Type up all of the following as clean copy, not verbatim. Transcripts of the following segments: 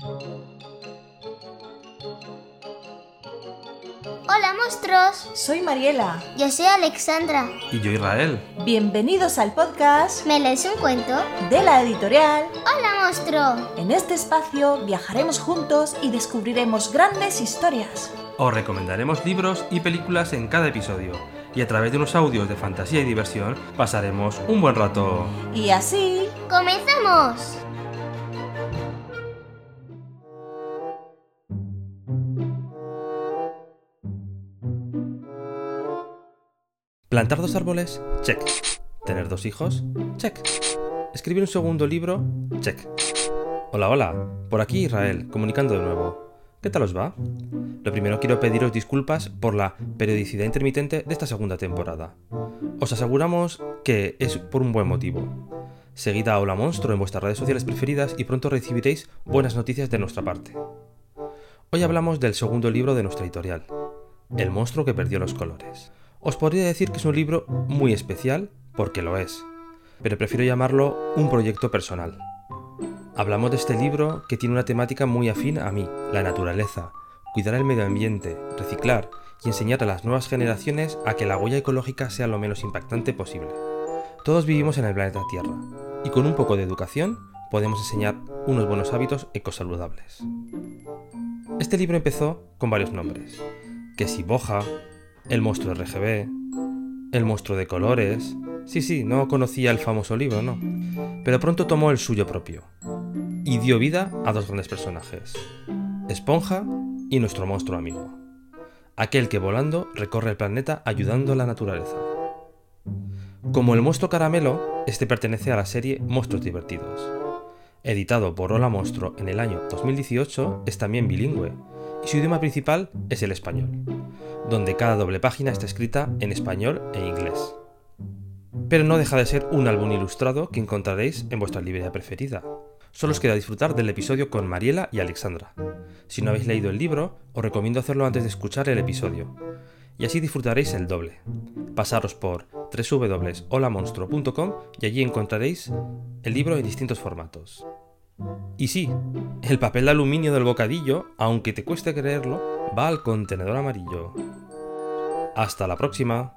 Hola, monstruos. Soy Mariela. Yo soy Alexandra. Y yo, Israel. Bienvenidos al podcast ¿Me lees un cuento? de la editorial. Hola, monstruo. En este espacio viajaremos juntos y descubriremos grandes historias. Os recomendaremos libros y películas en cada episodio. Y a través de unos audios de fantasía y diversión pasaremos un buen rato. Y así... ¡Comenzamos! ¿Plantar 2 árboles? Check. ¿Tener 2 hijos? Check. ¿Escribir un segundo libro? Check. Hola, por aquí Israel, comunicando de nuevo. ¿Qué tal os va? Lo primero quiero pediros disculpas por la periodicidad intermitente de esta segunda temporada. Os aseguramos que es por un buen motivo. Seguid a Hola Monstruo en vuestras redes sociales preferidas y pronto recibiréis buenas noticias de nuestra parte. Hoy hablamos del segundo libro de nuestra editorial, El monstruo que perdió los colores. Os podría decir que es un libro muy especial, porque lo es, pero prefiero llamarlo un proyecto personal. Hablamos de este libro que tiene una temática muy afín a mí, la naturaleza, cuidar el medio ambiente, reciclar y enseñar a las nuevas generaciones a que la huella ecológica sea lo menos impactante posible. Todos vivimos en el planeta Tierra, y con un poco de educación podemos enseñar unos buenos hábitos ecosaludables. Este libro empezó con varios nombres, que si Boja, El monstruo RGB, El monstruo de colores... Sí, no conocía el famoso libro, ¿no? Pero pronto tomó el suyo propio y dio vida a 2 grandes personajes, Esponja y nuestro monstruo amigo, aquel que volando recorre el planeta ayudando a la naturaleza. Como el monstruo caramelo, este pertenece a la serie Monstruos Divertidos. Editado por Hola Monstruo en el año 2018, es también bilingüe y su idioma principal es el español, donde cada doble página está escrita en español e inglés. Pero no deja de ser un álbum ilustrado que encontraréis en vuestra librería preferida. Solo os queda disfrutar del episodio con Mariela y Alexandra. Si no habéis leído el libro, os recomiendo hacerlo antes de escuchar el episodio, y así disfrutaréis el doble. Pasaros por www.holamonstruo.com y allí encontraréis el libro en distintos formatos. Y sí, el papel de aluminio del bocadillo, aunque te cueste creerlo, va al contenedor amarillo. ¡Hasta la próxima!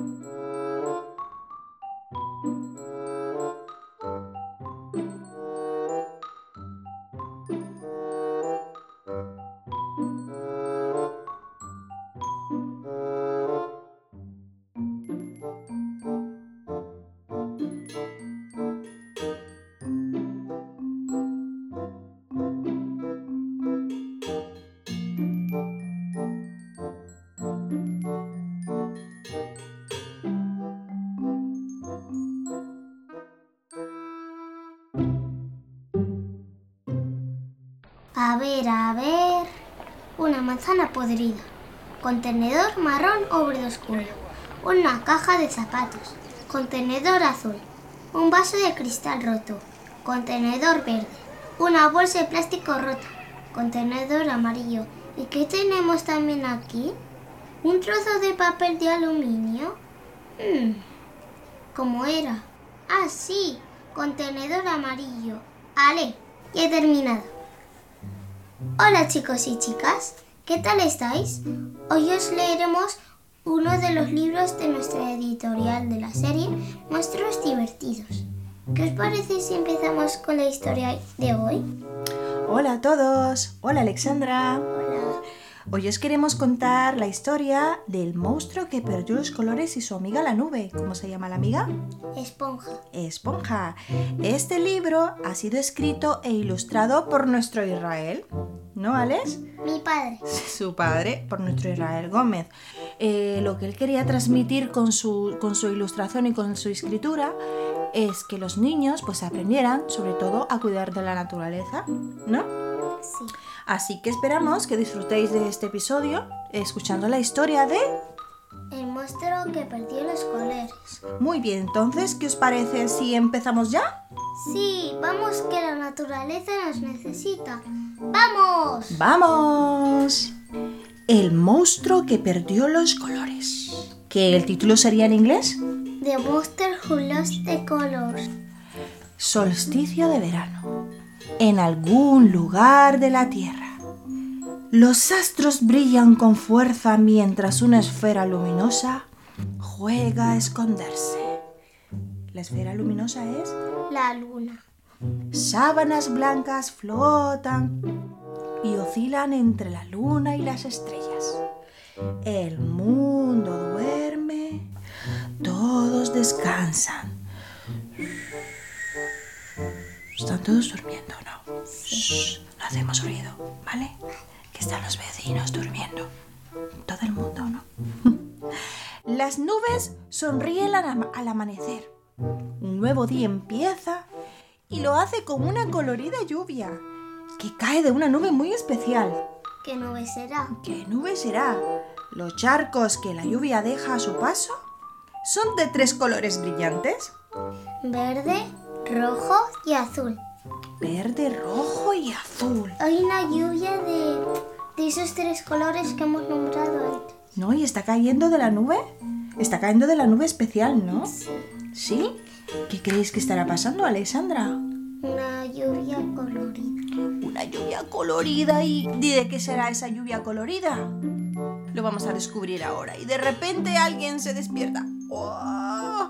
A ver... Una manzana podrida. Contenedor marrón o verde oscuro. Una caja de zapatos. Contenedor azul. Un vaso de cristal roto. Contenedor verde. Una bolsa de plástico rota. Contenedor amarillo. ¿Y qué tenemos también aquí? ¿Un trozo de papel de aluminio? ¿Cómo era? Ah, sí. Contenedor amarillo. ¡Ale! Ya he terminado. Hola chicos y chicas, ¿qué tal estáis? Hoy os leeremos uno de los libros de nuestra editorial de la serie Monstruos Divertidos. ¿Qué os parece si empezamos con la historia de hoy? Hola a todos. Hola Alexandra. Hola. Hoy os queremos contar la historia del monstruo que perdió los colores y su amiga la nube. ¿Cómo se llama la amiga? Esponja. Esponja. Este libro ha sido escrito e ilustrado por nuestro Israel, ¿no, Alex? Mi padre. Su padre, por nuestro Israel Gómez. Lo que él quería transmitir con su ilustración y con su escritura es que los niños pues aprendieran sobre todo a cuidar de la naturaleza, ¿no? Sí. Así que esperamos que disfrutéis de este episodio escuchando la historia de... El monstruo que perdió los colores. Muy bien, entonces, ¿qué os parece si empezamos ya? Sí, vamos que la naturaleza nos necesita. ¡Vamos! ¡Vamos! El monstruo que perdió los colores. ¿Que el título sería en inglés? The Monster Who Lost the Colors. Solsticio de verano. en algún lugar de la Tierra. Los astros brillan con fuerza mientras una esfera luminosa juega a esconderse. La esfera luminosa es... La luna. Sábanas blancas flotan y oscilan entre la luna y las estrellas. El mundo duerme, todos descansan. ¿Están todos durmiendo o no? Shh, no hacemos ruido, ¿vale? Que están los vecinos durmiendo. Todo el mundo, ¿no? Las nubes sonríen al amanecer. Un nuevo día empieza y lo hace con una colorida lluvia que cae de una nube muy especial. ¿Qué nube será? ¿Qué nube será? Los charcos que la lluvia deja a su paso son de 3 colores brillantes. Verde, rojo y azul. Verde, rojo y azul. Hay una lluvia de esos 3 colores que hemos nombrado antes. ¿No? ¿Y está cayendo de la nube? Está cayendo de la nube especial, ¿no? Sí. ¿Sí? ¿Qué creéis que estará pasando, Alexandra? Una lluvia colorida. Una lluvia colorida. ¿Y de qué será esa lluvia colorida? Lo vamos a descubrir ahora. Y de repente alguien se despierta. ¡Oh!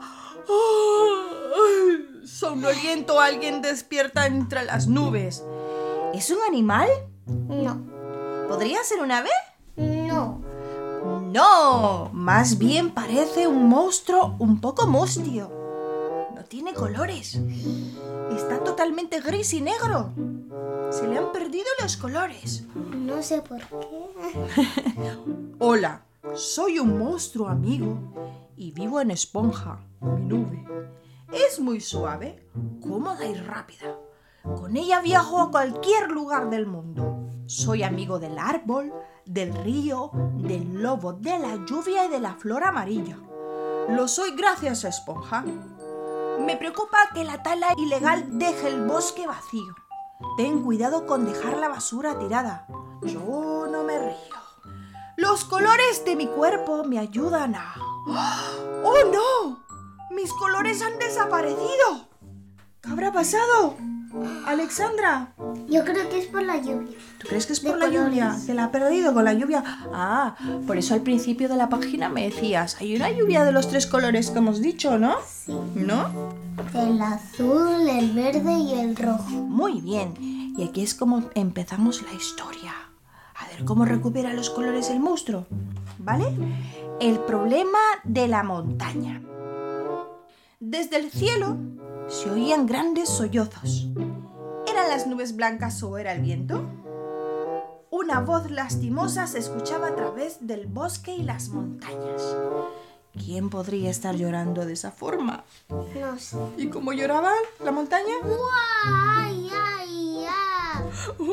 ¡Oh! Somnoliento, alguien despierta entre las nubes. ¿Es un animal? No. ¿Podría ser un ave? No. No, más bien parece un monstruo un poco mustio. No tiene colores. Está totalmente gris y negro. Se le han perdido los colores. No sé por qué. Hola, soy un monstruo amigo y vivo en Esponja, mi nube. Es muy suave, cómoda y rápida. Con ella viajo a cualquier lugar del mundo. Soy amigo del árbol, del río, del lobo, de la lluvia y de la flor amarilla. Lo soy gracias a Esponja. Me preocupa que la tala ilegal deje el bosque vacío. Ten cuidado con dejar la basura tirada. Yo no me río. Los colores de mi cuerpo me ayudan a... ¡Oh, no! ¡Mis colores han desaparecido! ¿Qué habrá pasado? Alexandra. Yo creo que es por la lluvia. ¿Tú crees que es por la lluvia? ¿Que la ha perdido con la lluvia? Ah, por eso al principio de la página me decías, hay una lluvia de los 3 colores que hemos dicho, ¿no? Sí. ¿No? El azul, el verde y el rojo. Muy bien. Y aquí es como empezamos la historia. A ver cómo recupera los colores el monstruo. ¿Vale? El problema de la montaña. Desde el cielo se oían grandes sollozos. ¿Eran las nubes blancas o era el viento? Una voz lastimosa se escuchaba a través del bosque y las montañas. ¿Quién podría estar llorando de esa forma? No sé. ¿Y cómo lloraba la montaña? ¡Ay, ay, ay!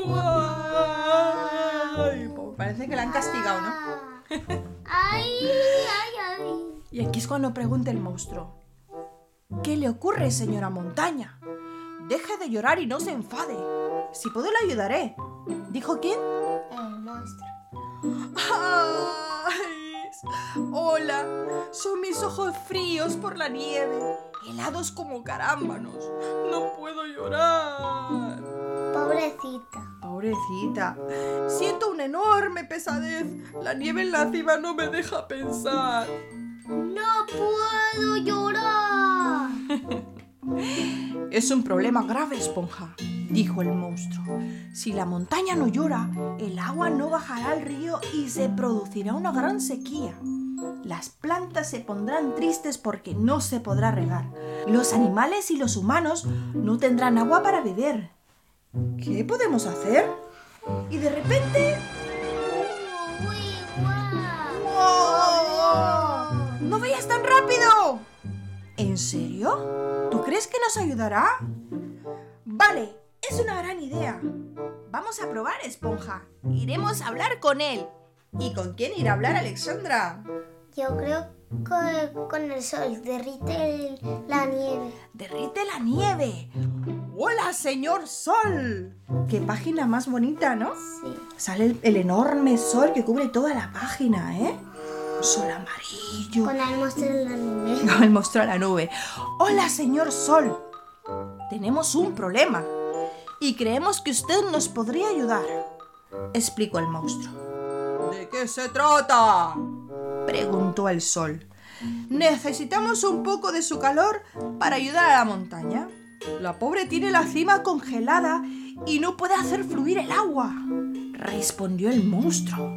¡Ay! Pues parece que la han castigado, ¿no? ¡Ay, ay, ay! Y aquí es cuando pregunta el monstruo. ¿Qué le ocurre, señora montaña? Deje de llorar y no se enfade. Si puedo le ayudaré. ¿Dijo quién? El monstruo. ¡Ay! Hola, son mis ojos fríos por la nieve, helados como carámbanos. No puedo llorar. Pobrecita. Pobrecita, siento una enorme pesadez. La nieve en la cima no me deja pensar. ¡No puedo llorar! Es un problema grave, Esponja, dijo el monstruo. Si la montaña no llora, el agua no bajará al río y se producirá una gran sequía. Las plantas se pondrán tristes porque no se podrá regar. Los animales y los humanos no tendrán agua para beber. ¿Qué podemos hacer? Y de repente... ¡Uy, guau! ¡Wow! ¡No vayas tan rápido! ¿En serio? ¿Tú crees que nos ayudará? Vale, es una gran idea. Vamos a probar, Esponja. Iremos a hablar con él. ¿Y con quién irá a hablar, Alexandra? Yo creo que con el sol derrite la nieve. ¡Derrite la nieve! ¡Hola, señor sol! ¡Qué página más bonita!, ¿no? Sí. Sale el enorme sol que cubre toda la página, ¿eh? Un sol amarillo. Con el monstruo en la nube. Con el monstruo a la nube. ¡Hola, señor sol! Tenemos un problema. y creemos que usted nos podría ayudar, explicó el monstruo. ¿De qué se trata?, preguntó el sol. Necesitamos un poco de su calor para ayudar a la montaña. La pobre tiene la cima congelada y no puede hacer fluir el agua, respondió el monstruo.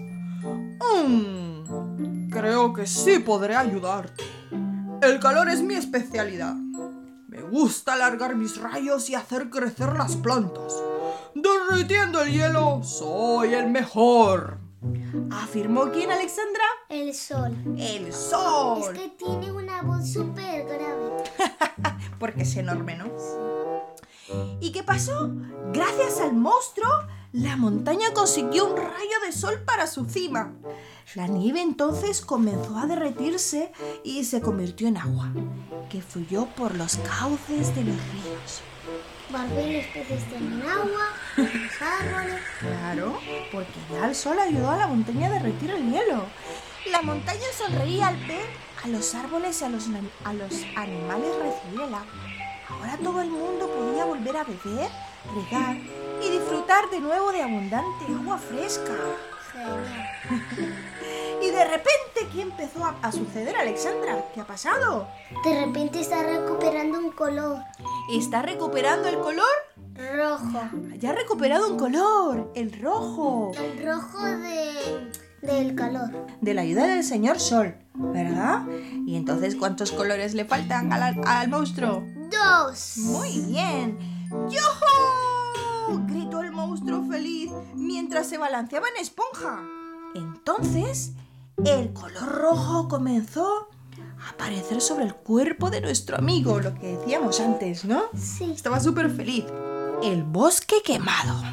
Creo que sí podré ayudarte. El calor es mi especialidad. Me gusta alargar mis rayos y hacer crecer las plantas. Derritiendo el hielo, soy el mejor. ¿Afirmó quién, Alexandra? El sol. ¡El sol! Es que tiene una voz súper grave. Porque es enorme, ¿no? ¿Y qué pasó? Gracias al monstruo, la montaña consiguió un rayo de sol para su cima. La nieve entonces comenzó a derretirse y se convirtió en agua, que fluyó por los cauces de los ríos. Barbel los peces tienen agua, los árboles. Claro, porque ya el sol ayudó a la montaña a derretir el hielo. La montaña sonreía al ver a los árboles y a los animales recibir el agua. Ahora todo el mundo podía volver a beber, regar y disfrutar de nuevo de abundante agua fresca. Genial. Y de repente, ¿qué empezó a suceder, Alexandra? ¿Qué ha pasado? De repente está recuperando un color ¿Está recuperando el color? rojo. Ya ha recuperado un color, el rojo. El rojo del calor. De la ayuda del señor Sol, ¿verdad? Y entonces, ¿cuántos colores le faltan al monstruo? 2. Muy bien. ¡Yujú! Gritó el monstruo feliz mientras se balanceaba en esponja. Entonces, el color rojo comenzó a aparecer sobre el cuerpo de nuestro amigo, lo que decíamos antes, ¿no? Sí. Estaba súper feliz. El bosque quemado.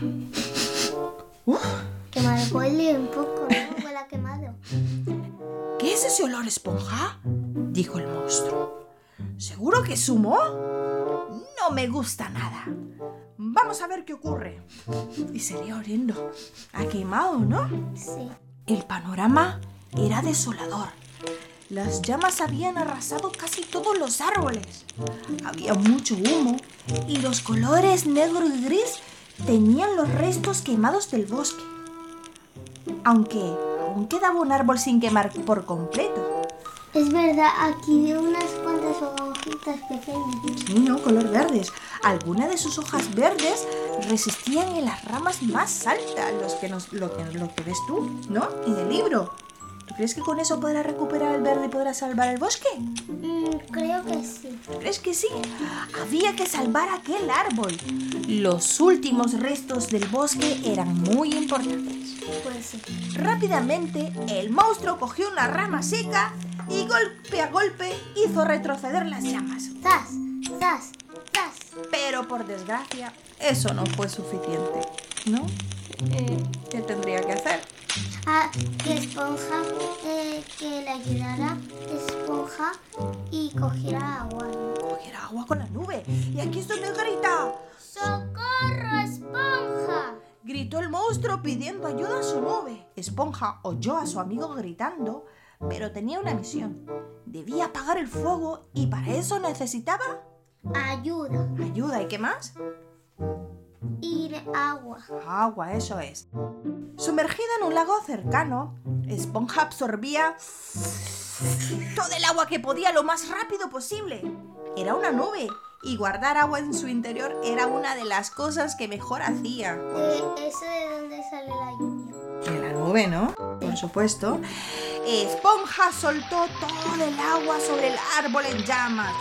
Que mal huele un poco, ¿no? Huele a quemado. ¿Qué es ese olor, esponja?, dijo el monstruo. ¿Seguro que es humo? No me gusta nada. Vamos a ver qué ocurre. Y seguía oliendo. Ha quemado, ¿no? Sí. El panorama era desolador. Las llamas habían arrasado casi todos los árboles. Había mucho humo y los colores negro y gris teñían los restos quemados del bosque. Aunque aún quedaba un árbol sin quemar por completo. Es verdad, aquí veo unas cuantas hojitas pequeñas. Sí, ¿no? Color verdes. Algunas de sus hojas verdes resistían en las ramas más altas, lo que ves tú, ¿no? En el libro. ¿Tú crees que con eso podrás recuperar el verde y podrás salvar el bosque? Creo que sí. ¿Crees que sí? Había que salvar aquel árbol. Los últimos restos del bosque eran muy importantes. Pues sí. Rápidamente, el monstruo cogió una rama seca y golpe a golpe hizo retroceder las llamas. ¡Zas! ¡Zas! ¡Zas! Pero por desgracia, eso no fue suficiente, ¿no? ¿Qué tendría que hacer? Que esponja, que le ayudara esponja y cogiera agua. Cogiera agua con la nube. Y aquí es donde grita. ¡Socorro, esponja! Gritó el monstruo pidiendo ayuda a su nube. Esponja oyó a su amigo gritando, pero tenía una misión. Debía apagar el fuego y para eso necesitaba Ayuda. ayuda. ¿Y qué más? Y agua. Agua, eso es. Sumergida en un lago cercano, Esponja absorbía todo el agua que podía lo más rápido posible. Era una nube y guardar agua en su interior era una de las cosas que mejor hacía. ¿Eso de dónde sale la lluvia? De la nube, ¿no? Por supuesto. Esponja soltó todo el agua sobre el árbol en llamas.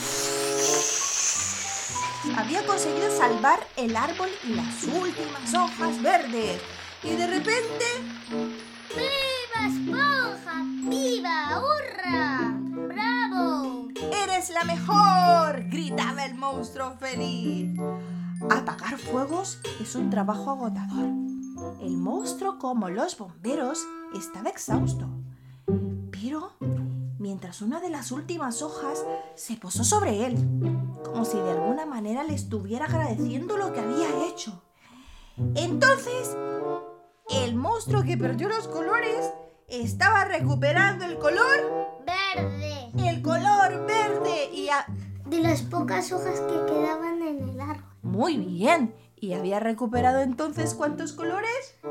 Había conseguido salvar el árbol y las últimas hojas verdes. Y de repente... ¡Viva, esponja! ¡Viva! ¡Hurra! ¡Bravo! ¡Eres la mejor!, gritaba el monstruo feliz. Apagar fuegos es un trabajo agotador. El monstruo, como los bomberos, estaba exhausto. Pero mientras una de las últimas hojas se posó sobre él, como si de alguna manera le estuviera agradeciendo lo que había hecho. Entonces, el monstruo que perdió los colores estaba recuperando el color ¡Verde! El color verde y De las pocas hojas que quedaban en el árbol. Muy bien. ¿Y había recuperado entonces cuántos colores?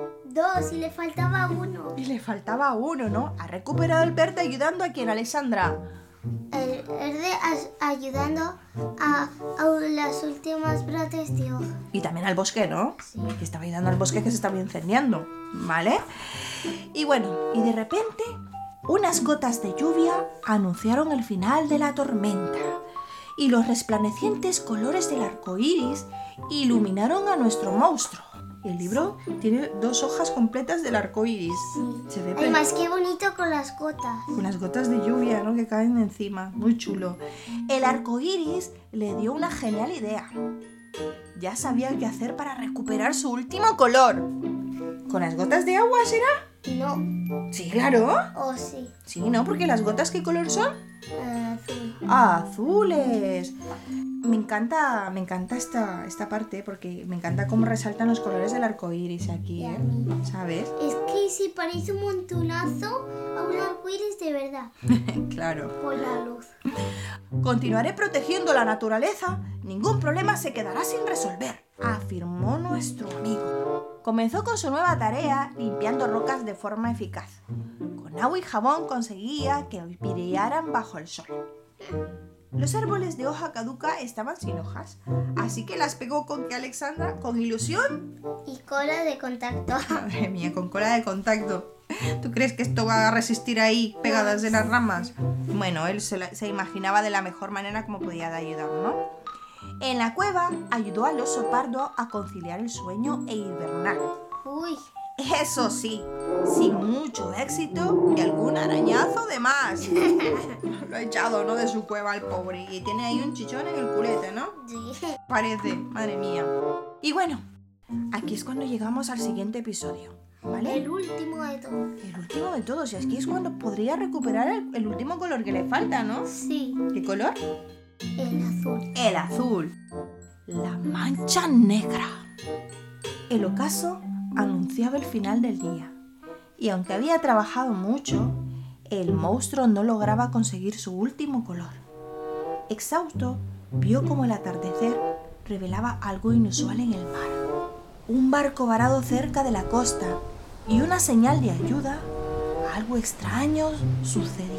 2 y le faltaba uno. Y le faltaba uno, ¿no? Ha recuperado el verde ayudando a quién, Alexandra. El verde ayudando a las últimas brotes de hoja. Y también al bosque, ¿no? Sí. Que estaba ayudando al bosque que se estaba incendiando, ¿vale? Y bueno, y de repente, unas gotas de lluvia anunciaron el final de la tormenta. Y los resplandecientes colores del arco iris iluminaron a nuestro monstruo. El libro tiene 2 hojas completas del arco iris. Se ve Además, qué bonito con las gotas. con las gotas de lluvia, ¿no? Que caen encima. Muy chulo. El arco iris le dio una genial idea. Ya sabía qué hacer para recuperar su último color. ¿Con las gotas de agua será? No, Sí, claro. sí. Sí, ¿no? Porque las gotas, ¿qué color son? Azul. Azules. Me encanta esta parte porque me encanta cómo resaltan los colores del arco iris aquí, Y a ¿eh? mí. ¿Sabes? Es que sí parece un montonazo a un arcoíris de verdad. Claro. Por la luz. Continuaré protegiendo la naturaleza. Ningún problema se quedará sin resolver, afirmó nuestro amigo. Comenzó con su nueva tarea limpiando rocas de forma eficaz. Con agua y jabón conseguía que brillaran bajo el sol. Los árboles de hoja caduca estaban sin hojas, así que las pegó con que Alexandra, con ilusión. Y cola de contacto. Madre mía, con cola de contacto. ¿Tú crees que esto va a resistir ahí pegadas de las ramas? Bueno, él se imaginaba de la mejor manera como podía ayudar, ¿no? En la cueva ayudó al oso pardo a conciliar el sueño e hibernar. Uy, Eso sí, sin mucho éxito y algún arañazo de más. Lo ha echado, ¿no? De su cueva al pobre. Y tiene ahí un chichón en el culete, ¿no? sí. Parece, madre mía. Y bueno, aquí es cuando llegamos al siguiente episodio, ¿vale? El último de todo. El último de todos, y aquí es cuando podría recuperar el último color que le falta, ¿no? Sí, ¿Qué color? el azul. El azul. La mancha negra. El ocaso anunciaba el final del día, y aunque había trabajado mucho, el monstruo no lograba conseguir su último color. Exhausto, vio como el atardecer revelaba algo inusual en el mar. Un barco varado cerca de la costa y una señal de ayuda. Algo extraño sucedía.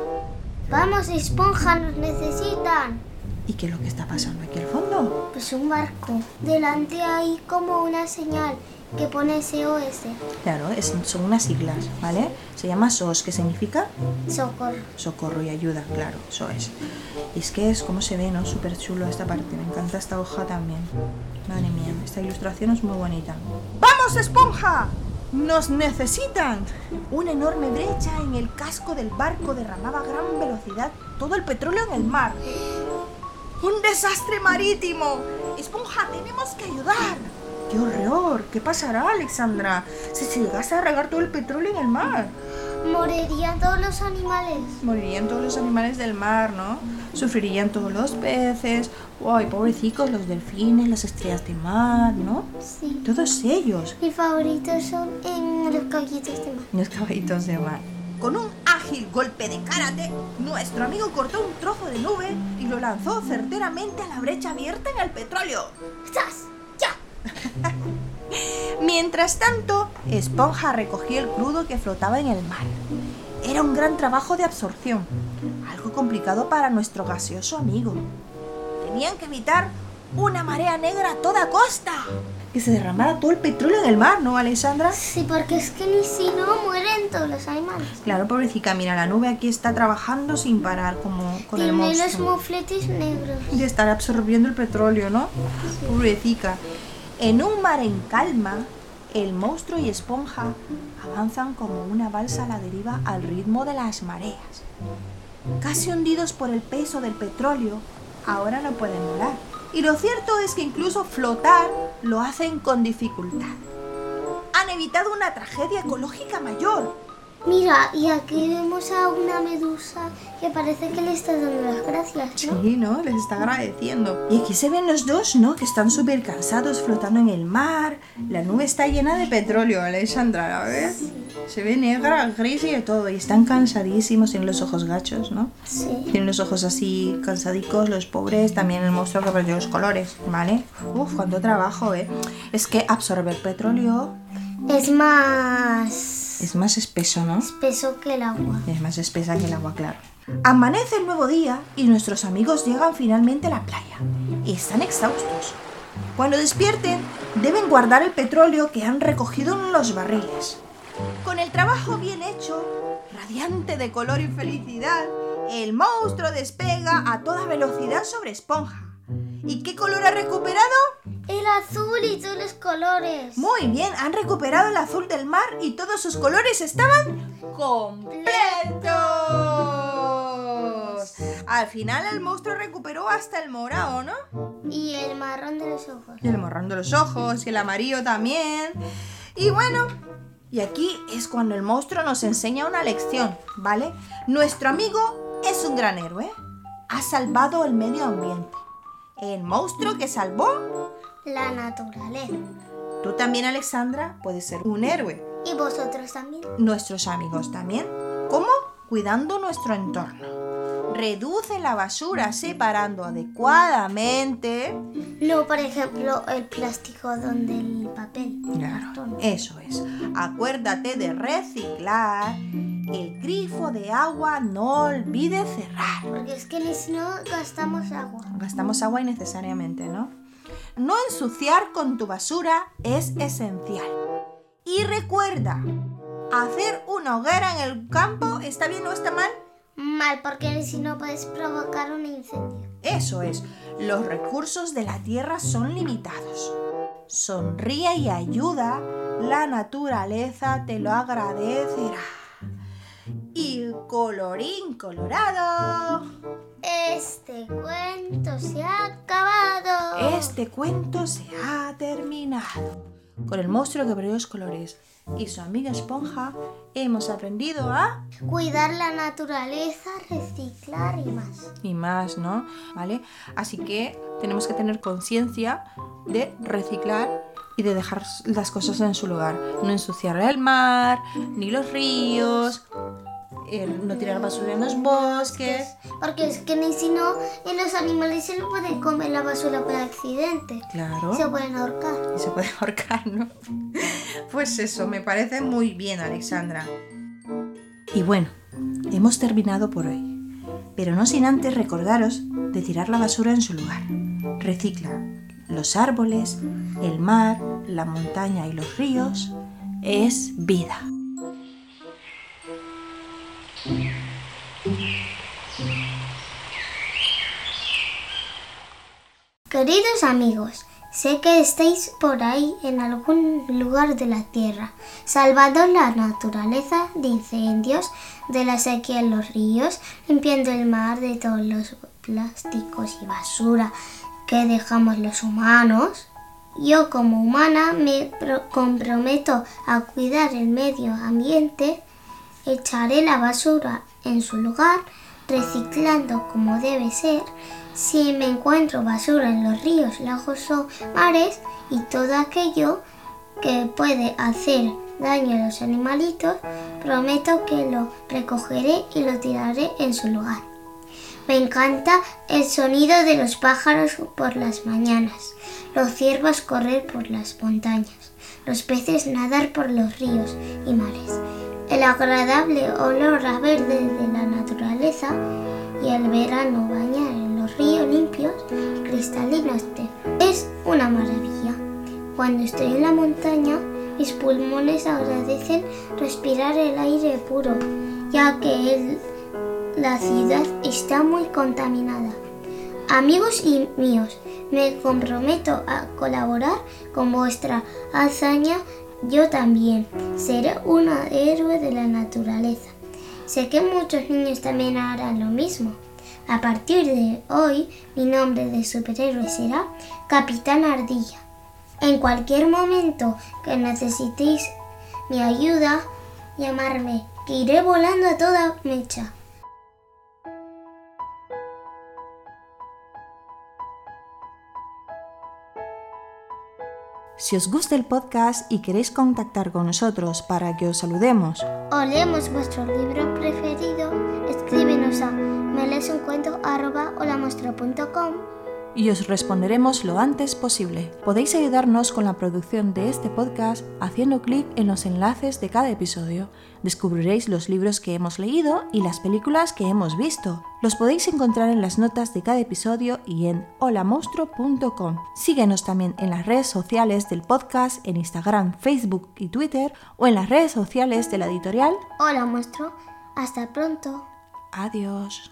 Vamos, esponja, nos necesitan. ¿Y qué es lo que está pasando aquí al fondo? Pues un barco. Delante hay como una señal que pone SOS. Claro, son unas siglas, ¿vale? Se llama SOS, que significa Socorro. socorro y ayuda, claro, eso es. Y es que es como se ve, ¿no? Súper chulo esta parte, me encanta esta hoja también. Madre mía, esta ilustración es muy bonita. ¡Vamos, esponja! ¡Nos necesitan! Una enorme brecha en el casco del barco derramaba a gran velocidad todo el petróleo en el mar. ¡Un desastre marítimo! ¡Esponja, tenemos que ayudar! ¡Qué horror! ¿Qué pasará, Alexandra? Si se llegase a regar todo el petróleo en el mar. Morirían todos los animales. Morirían todos los animales del mar, ¿no? Sufrirían todos los peces. ¡Ay, pobrecicos! Los delfines, las estrellas de mar, ¿no? Sí. Todos ellos. Mis favoritos son en los caballitos de mar. Los caballitos de mar. Con un ágil golpe de karate, nuestro amigo cortó un trozo de nube y lo lanzó certeramente a la brecha abierta en el petróleo. ¡Zas! ¡Ya! Mientras tanto, Esponja recogía el crudo que flotaba en el mar. Era un gran trabajo de absorción, algo complicado para nuestro gaseoso amigo. Tenían que evitar una marea negra a toda costa. Que se derramara todo el petróleo en el mar, ¿no, Alexandra? Sí, porque es que ni si no mueren todos los animales. Claro, pobrecita, mira, la nube aquí está trabajando sin parar, como con el Tiene los monstruo. mofletes negros. De estar absorbiendo el petróleo, ¿no? Pobrecita. En un mar en calma, el monstruo y Esponja avanzan como una balsa a la deriva al ritmo de las mareas. Casi hundidos por el peso del petróleo, ahora no pueden volar. Y lo cierto es que incluso flotar lo hacen con dificultad. Han evitado una tragedia ecológica mayor. Mira, y aquí vemos a una medusa que parece que le está dando las gracias, ¿no? Sí, ¿no? Les está agradeciendo. Y aquí se ven los dos, ¿no? Que están súper cansados flotando en el mar. La nube está llena de petróleo, Alexandra, ¿la ves? Se ve negra, gris y de todo. Y están cansadísimos, tienen los ojos gachos, ¿no? Sí. Tienen los ojos así cansadicos, los pobres. También el monstruo que perdió los colores, ¿vale? Uf, cuánto trabajo, ¿eh? Es que absorber petróleo Es más espeso, ¿no? espeso que el agua. Es más espesa que el agua, claro. Amanece el nuevo día y nuestros amigos llegan finalmente a la playa. Están exhaustos. Cuando despierten, deben guardar el petróleo que han recogido en los barriles. Con el trabajo bien hecho, radiante de color y felicidad, el monstruo despega a toda velocidad sobre Esponja. ¿Y qué color ha recuperado? El azul y todos los colores. Muy bien, han recuperado el azul del mar y todos sus colores estaban completos. Al final el monstruo recuperó hasta el morado, ¿no? Y el marrón de los ojos. Y el morrón de los ojos y el amarillo también. Y bueno, y aquí es cuando el monstruo nos enseña una lección, ¿vale? Nuestro amigo es un gran héroe. Ha salvado el medio ambiente. El monstruo que salvó La naturaleza. tú también, Alexandra, puedes ser un héroe. Y vosotros también. Nuestros amigos también. ¿Cómo? Cuidando nuestro entorno. Reduce la basura separando adecuadamente. No, por ejemplo, el plástico donde el papel. Claro, Cartón. eso es. Acuérdate de reciclar. El grifo de agua no olvides cerrar. Porque es que si no gastamos agua. Gastamos agua innecesariamente, ¿no? No ensuciar con tu basura es esencial. Y recuerda, hacer una hoguera en el campo, ¿está bien o está mal? Mal, porque si no puedes provocar un incendio. Eso es, los recursos de la tierra son limitados. Sonríe y ayuda, la naturaleza te lo agradecerá. Y colorín colorado, Este cuento se ha acabado. este cuento se ha terminado. Con el monstruo que perdió los colores y su amiga Esponja hemos aprendido a... Cuidar la naturaleza, reciclar y más. y más, ¿no? ¿Vale? Así que tenemos que tener conciencia de reciclar y de dejar las cosas en su lugar. No ensuciar el mar, ni los ríos, no tirar basura en los bosques. Porque es que ni si no, en los animales se lo pueden comer la basura por accidente. Claro. Se pueden ahorcar. Y se puede ahorcar, ¿no? Pues eso, me parece muy bien, Alexandra. Y bueno, hemos terminado por hoy. Pero no sin antes recordaros de tirar la basura en su lugar. Recicla. Los árboles, el mar, la montaña y los ríos es vida. Queridos amigos, sé que estáis por ahí en algún lugar de la tierra, salvando la naturaleza de incendios, de la sequía en los ríos, limpiando el mar de todos los plásticos y basura que dejamos los humanos. Yo como humana me comprometo a cuidar el medio ambiente, echaré la basura en su lugar, reciclando como debe ser. Si me encuentro basura en los ríos, lagos o mares y todo aquello que puede hacer daño a los animalitos, prometo que lo recogeré y lo tiraré en su lugar. Me encanta el sonido de los pájaros por las mañanas, los ciervos correr por las montañas, los peces nadar por los ríos y mares, el agradable olor a verde de la naturaleza y el verano bañar en los ríos limpios y cristalinos. Es una maravilla. Cuando estoy en la montaña, mis pulmones agradecen respirar el aire puro, ya que la ciudad está muy contaminada. Amigos y míos, me comprometo a colaborar con vuestra hazaña. Yo también seré un héroe de la naturaleza. Sé que muchos niños también harán lo mismo. A partir de hoy, mi nombre de superhéroe será Capitán Ardilla. En cualquier momento que necesitéis mi ayuda, llamarme, que iré volando a toda mecha. Si os gusta el podcast y queréis contactar con nosotros para que os saludemos o leemos vuestro libro preferido, escríbenos a meleesuncuento@holamuestro.com y os responderemos lo antes posible. Podéis ayudarnos con la producción de este podcast haciendo clic en los enlaces de cada episodio. Descubriréis los libros que hemos leído y las películas que hemos visto. Los podéis encontrar en las notas de cada episodio y en holamonstruo.com. Síguenos también en las redes sociales del podcast, en Instagram, Facebook y Twitter, o en las redes sociales de la editorial Hola Monstruo. Hasta pronto. Adiós.